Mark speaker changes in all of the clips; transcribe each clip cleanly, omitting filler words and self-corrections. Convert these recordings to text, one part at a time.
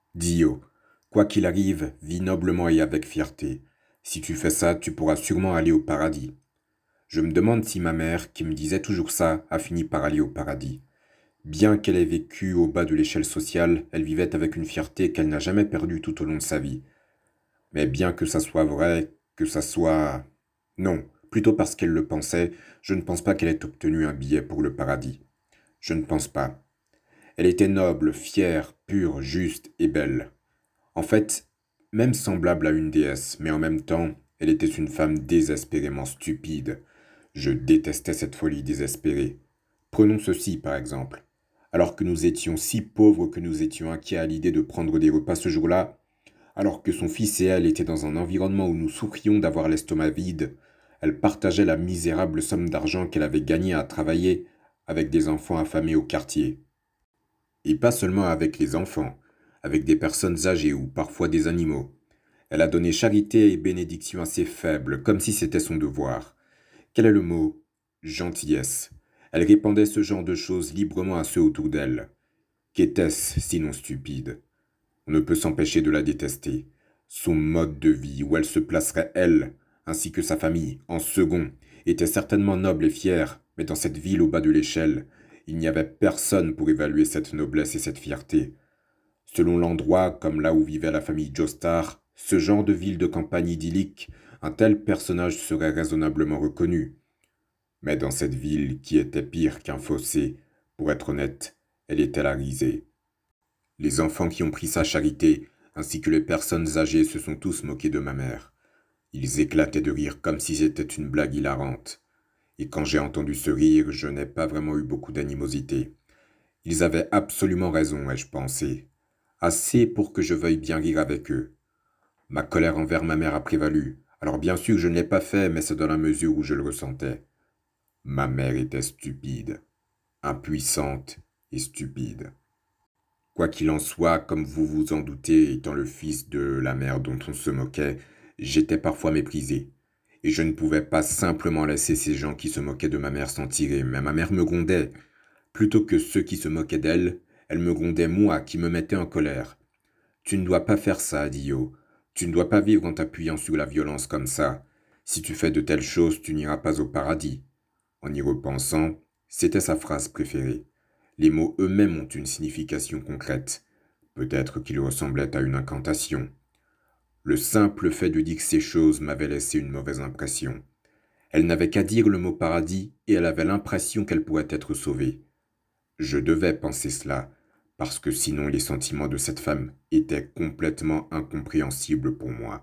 Speaker 1: Dio, quoi qu'il arrive, vis noblement et avec fierté. Si tu fais ça, tu pourras sûrement aller au paradis. Je me demande si ma mère, qui me disait toujours ça, a fini par aller au paradis. Bien qu'elle ait vécu au bas de l'échelle sociale, elle vivait avec une fierté qu'elle n'a jamais perdue tout au long de sa vie. Mais bien que ça soit vrai, que ça soit... Non, plutôt parce qu'elle le pensait, je ne pense pas qu'elle ait obtenu un billet pour le paradis. Je ne pense pas. Elle était noble, fière, pure, juste et belle. En fait, même semblable à une déesse, mais en même temps, elle était une femme désespérément stupide. Je détestais cette folie désespérée. Prenons ceci, par exemple. Alors que nous étions si pauvres que nous étions inquiets à l'idée de prendre des repas ce jour-là, alors que son fils et elle étaient dans un environnement où nous souffrions d'avoir l'estomac vide, elle partageait la misérable somme d'argent qu'elle avait gagnée à travailler avec des enfants affamés au quartier. Et pas seulement avec les enfants, avec des personnes âgées ou parfois des animaux. Elle a donné charité et bénédiction assez faibles, comme si c'était son devoir. Quel est le mot? Gentillesse. Elle répandait ce genre de choses librement à ceux autour d'elle. Qu'était-ce, sinon stupide? On ne peut s'empêcher de la détester. Son mode de vie, où elle se placerait elle, ainsi que sa famille, en second, était certainement noble et fier, mais dans cette ville au bas de l'échelle, il n'y avait personne pour évaluer cette noblesse et cette fierté. Selon l'endroit, comme là où vivait la famille Joestar, ce genre de ville de campagne idyllique, un tel personnage serait raisonnablement reconnu. Mais dans cette ville qui était pire qu'un fossé, pour être honnête, elle était la risée. Les enfants qui ont pris sa charité, ainsi que les personnes âgées se sont tous moqués de ma mère. Ils éclataient de rire comme si c'était une blague hilarante. Et quand j'ai entendu ce rire, je n'ai pas vraiment eu beaucoup d'animosité. Ils avaient absolument raison, ai-je pensé. Assez pour que je veuille bien rire avec eux. Ma colère envers ma mère a prévalu. Alors bien sûr, je ne l'ai pas fait, mais c'est dans la mesure où je le ressentais. Ma mère était stupide, impuissante et stupide. Quoi qu'il en soit, comme vous vous en doutez, étant le fils de la mère dont on se moquait, j'étais parfois méprisé. Et je ne pouvais pas simplement laisser ces gens qui se moquaient de ma mère s'en tirer, mais ma mère me grondait. Plutôt que ceux qui se moquaient d'elle, elle me grondait moi, qui me mettais en colère. Tu ne dois pas faire ça, Dio. Tu ne dois pas vivre en t'appuyant sur la violence comme ça. Si tu fais de telles choses, tu n'iras pas au paradis. En y repensant, c'était sa phrase préférée. Les mots eux-mêmes ont une signification concrète. Peut-être qu'ils ressemblaient à une incantation. Le simple fait de dire ces choses m'avait laissé une mauvaise impression. Elle n'avait qu'à dire le mot paradis et elle avait l'impression qu'elle pourrait être sauvée. Je devais penser cela, parce que sinon les sentiments de cette femme étaient complètement incompréhensibles pour moi.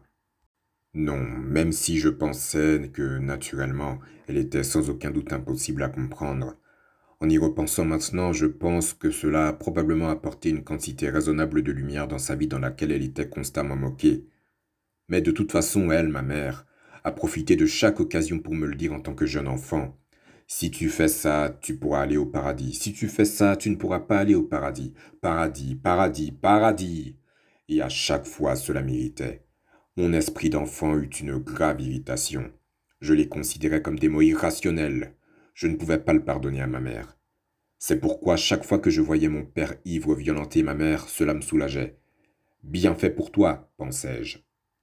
Speaker 1: Non, même si je pensais que, naturellement, elle était sans aucun doute impossible à comprendre. En y repensant maintenant, je pense que cela a probablement apporté une quantité raisonnable de lumière dans sa vie dans laquelle elle était constamment moquée. Mais de toute façon, elle, ma mère, a profité de chaque occasion pour me le dire en tant que jeune enfant. Si tu fais ça, tu pourras aller au paradis. Si tu fais ça, tu ne pourras pas aller au paradis. Paradis, paradis, paradis. Et à chaque fois, cela m'irritait. Mon esprit d'enfant eut une grave irritation. Je les considérais comme des mots irrationnels. Je ne pouvais pas le pardonner à ma mère. C'est pourquoi chaque fois que je voyais mon père ivre violenter ma mère, cela me soulageait. Bien fait pour toi, pensais-je.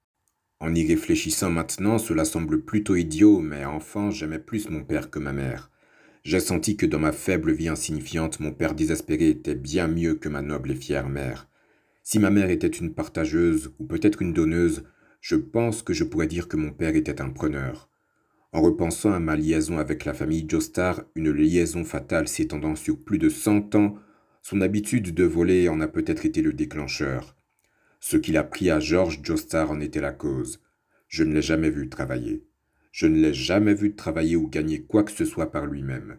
Speaker 1: En y réfléchissant maintenant, cela semble plutôt idiot, mais enfin, j'aimais plus mon père que ma mère. J'ai senti que dans ma faible vie insignifiante, mon père désespéré était bien mieux que ma noble et fière mère. Si ma mère était une partageuse, ou peut-être une donneuse, je pense que je pourrais dire que mon père était un preneur. En repensant à ma liaison avec la famille Joestar, une liaison fatale s'étendant sur plus de 100 ans, son habitude de voler en a peut-être été le déclencheur. Ce qu'il a pris à George Joestar en était la cause. Je ne l'ai jamais vu travailler. Je ne l'ai jamais vu travailler ou gagner quoi que ce soit par lui-même.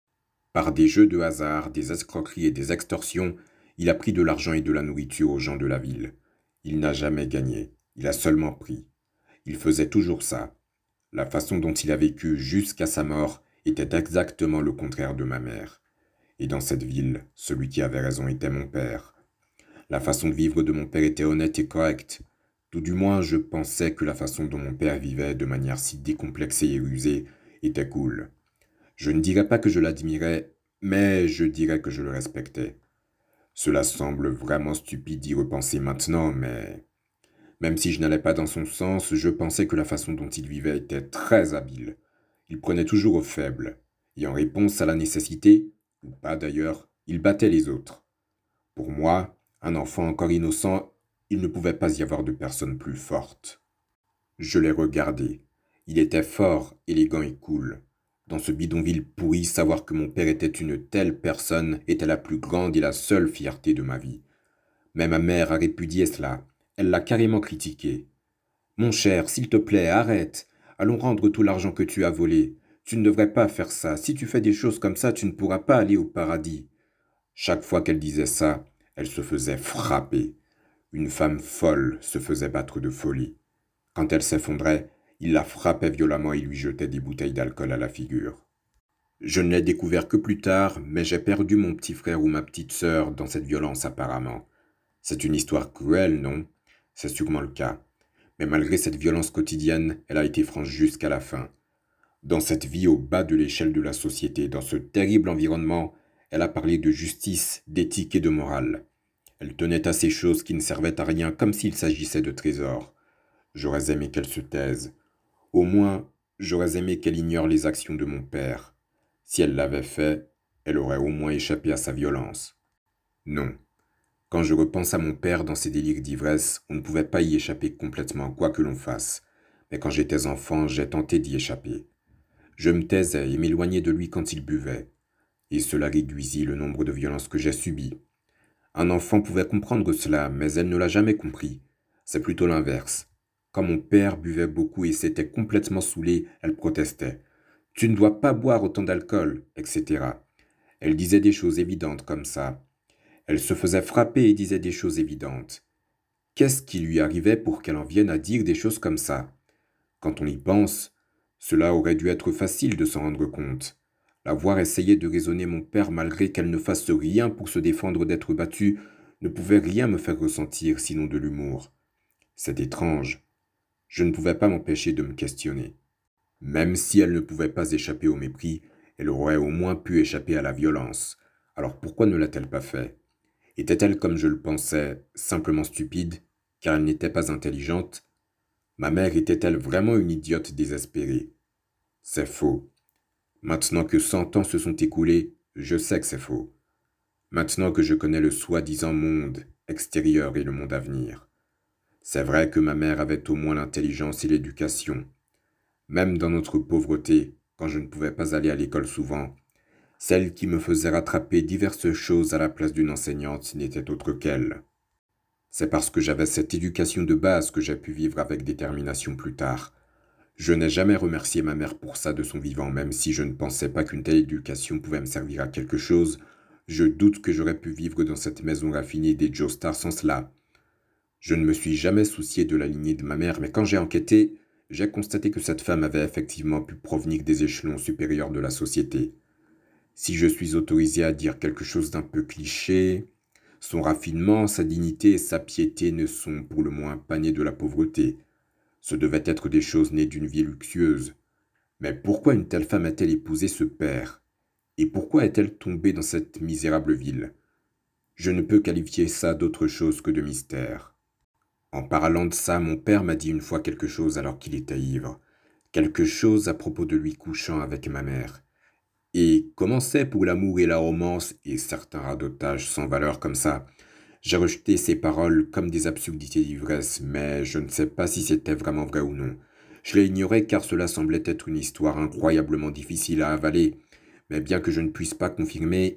Speaker 1: Par des jeux de hasard, des escroqueries et des extorsions, il a pris de l'argent et de la nourriture aux gens de la ville. Il n'a jamais gagné, il a seulement pris. Il faisait toujours ça. La façon dont il a vécu jusqu'à sa mort était exactement le contraire de ma mère. Et dans cette ville, celui qui avait raison était mon père. La façon de vivre de mon père était honnête et correcte. Tout du moins, je pensais que la façon dont mon père vivait de manière si décomplexée et rusée était cool. Je ne dirais pas que je l'admirais, mais je dirais que je le respectais. Cela semble vraiment stupide d'y repenser maintenant, mais même si je n'allais pas dans son sens, je pensais que la façon dont il vivait était très habile. Il prenait toujours aux faibles, et en réponse à la nécessité, ou pas d'ailleurs, il battait les autres. Pour moi, un enfant encore innocent, il ne pouvait pas y avoir de personne plus forte. Je l'ai regardé. Il était fort, élégant et cool. Dans ce bidonville pourri, savoir que mon père était une telle personne était la plus grande et la seule fierté de ma vie. Mais ma mère a répudié cela. Elle l'a carrément critiqué. Mon cher, s'il te plaît, arrête. Allons rendre tout l'argent que tu as volé. Tu ne devrais pas faire ça. Si tu fais des choses comme ça, tu ne pourras pas aller au paradis. Chaque fois qu'elle disait ça, elle se faisait frapper. Une femme folle se faisait battre de folie. Quand elle s'effondrait, il la frappait violemment et lui jetait des bouteilles d'alcool à la figure. Je ne l'ai découvert que plus tard, mais j'ai perdu mon petit frère ou ma petite sœur dans cette violence apparemment. C'est une histoire cruelle, non? C'est sûrement le cas. Mais malgré cette violence quotidienne, elle a été franche jusqu'à la fin. Dans cette vie au bas de l'échelle de la société, dans ce terrible environnement, elle a parlé de justice, d'éthique et de morale. Elle tenait à ces choses qui ne servaient à rien comme s'il s'agissait de trésors. J'aurais aimé qu'elle se taise. Au moins, j'aurais aimé qu'elle ignore les actions de mon père. Si elle l'avait fait, elle aurait au moins échappé à sa violence. Non. Quand je repense à mon père dans ses délires d'ivresse, on ne pouvait pas y échapper complètement, quoi que l'on fasse. Mais quand j'étais enfant, j'ai tenté d'y échapper. Je me taisais et m'éloignais de lui quand il buvait. Et cela réduisit le nombre de violences que j'ai subies. Un enfant pouvait comprendre cela, mais elle ne l'a jamais compris. C'est plutôt l'inverse. Quand mon père buvait beaucoup et s'était complètement saoulé, elle protestait. Tu ne dois pas boire autant d'alcool, etc. Elle disait des choses évidentes comme ça. Elle se faisait frapper et disait des choses évidentes. Qu'est-ce qui lui arrivait pour qu'elle en vienne à dire des choses comme ça? Quand on y pense, cela aurait dû être facile de s'en rendre compte. La voir essayer de raisonner mon père malgré qu'elle ne fasse rien pour se défendre d'être battue ne pouvait rien me faire ressentir sinon de l'humour. C'est étrange. Je ne pouvais pas m'empêcher de me questionner. Même si elle ne pouvait pas échapper au mépris, elle aurait au moins pu échapper à la violence. Alors pourquoi ne l'a-t-elle pas fait? Était-elle, comme je le pensais, simplement stupide, car elle n'était pas intelligente? Ma mère était-elle vraiment une idiote désespérée? C'est faux. Maintenant que 100 ans se sont écoulés, je sais que c'est faux. Maintenant que je connais le soi-disant monde extérieur et le monde à venir. C'est vrai que ma mère avait au moins l'intelligence et l'éducation. Même dans notre pauvreté, quand je ne pouvais pas aller à l'école souvent, celle qui me faisait rattraper diverses choses à la place d'une enseignante n'était autre qu'elle. C'est parce que j'avais cette éducation de base que j'ai pu vivre avec détermination plus tard. Je n'ai jamais remercié ma mère pour ça de son vivant, même si je ne pensais pas qu'une telle éducation pouvait me servir à quelque chose. Je doute que j'aurais pu vivre dans cette maison raffinée des Joestar sans cela. Je ne me suis jamais soucié de la lignée de ma mère, mais quand j'ai enquêté, j'ai constaté que cette femme avait effectivement pu provenir des échelons supérieurs de la société. Si je suis autorisé à dire quelque chose d'un peu cliché, son raffinement, sa dignité et sa piété ne sont pour le moins pas nés de la pauvreté. Ce devaient être des choses nées d'une vie luxueuse. Mais pourquoi une telle femme a-t-elle épousé ce père? Et pourquoi est-elle tombée dans cette misérable ville? Je ne peux qualifier ça d'autre chose que de mystère. En parlant de ça, mon père m'a dit une fois quelque chose alors qu'il était ivre. Quelque chose à propos de lui couchant avec ma mère. Et comment c'est pour l'amour et la romance et certains radotages sans valeur comme ça? J'ai rejeté ces paroles comme des absurdités d'ivresse, mais je ne sais pas si c'était vraiment vrai ou non. Je l'ai ignoré car cela semblait être une histoire incroyablement difficile à avaler, mais bien que je ne puisse pas confirmer,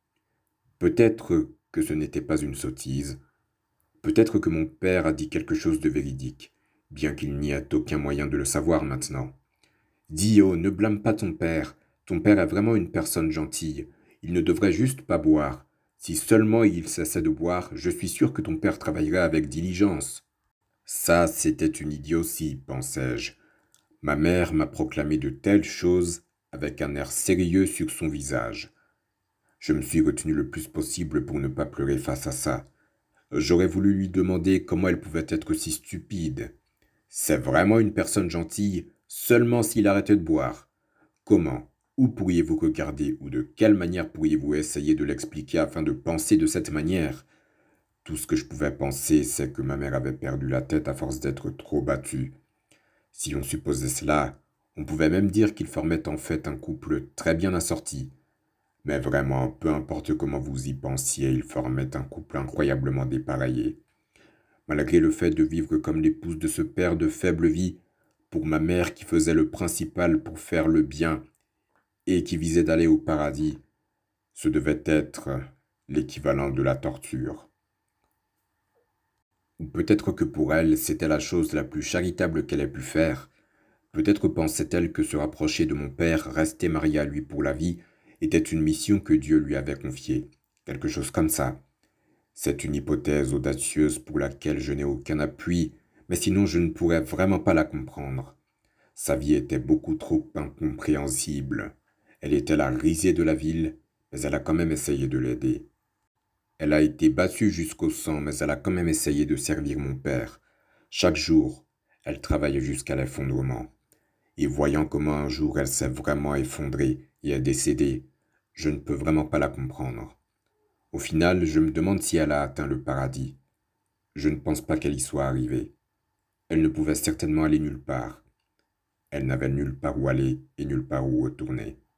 Speaker 1: peut-être que ce n'était pas une sottise, peut-être que mon père a dit quelque chose de véridique, bien qu'il n'y ait aucun moyen de le savoir maintenant. Dio, ne blâme pas ton père est vraiment une personne gentille, il ne devrait juste pas boire. Si seulement il cessait de boire, je suis sûr que ton père travaillerait avec diligence. Ça, c'était une idiotie, pensai-je. Ma mère m'a proclamé de telles choses avec un air sérieux sur son visage. Je me suis retenu le plus possible pour ne pas pleurer face à ça. J'aurais voulu lui demander comment elle pouvait être si stupide. C'est vraiment une personne gentille, seulement s'il arrêtait de boire. Comment? Où pourriez-vous regarder ou de quelle manière pourriez-vous essayer de l'expliquer afin de penser de cette manière? Tout ce que je pouvais penser, c'est que ma mère avait perdu la tête à force d'être trop battue. Si on supposait cela, on pouvait même dire qu'ils formaient en fait un couple très bien assorti. Mais vraiment, peu importe comment vous y pensiez, ils formaient un couple incroyablement dépareillé. Malgré le fait de vivre comme l'épouse de ce père de faible vie, pour ma mère qui faisait le principal pour faire le bien et qui visait d'aller au paradis, ce devait être l'équivalent de la torture. Ou peut-être que pour elle, c'était la chose la plus charitable qu'elle ait pu faire. Peut-être pensait-elle que se rapprocher de mon père, rester marié à lui pour la vie, était une mission que Dieu lui avait confiée. Quelque chose comme ça. C'est une hypothèse audacieuse pour laquelle je n'ai aucun appui, mais sinon je ne pourrais vraiment pas la comprendre. Sa vie était beaucoup trop incompréhensible. Elle était la risée de la ville, mais elle a quand même essayé de l'aider. Elle a été battue jusqu'au sang, mais elle a quand même essayé de servir mon père. Chaque jour, elle travaillait jusqu'à l'effondrement. Et voyant comment un jour elle s'est vraiment effondrée et est décédée, je ne peux vraiment pas la comprendre. Au final, je me demande si elle a atteint le paradis. Je ne pense pas qu'elle y soit arrivée. Elle ne pouvait certainement aller nulle part. Elle n'avait nulle part où aller et nulle part où retourner.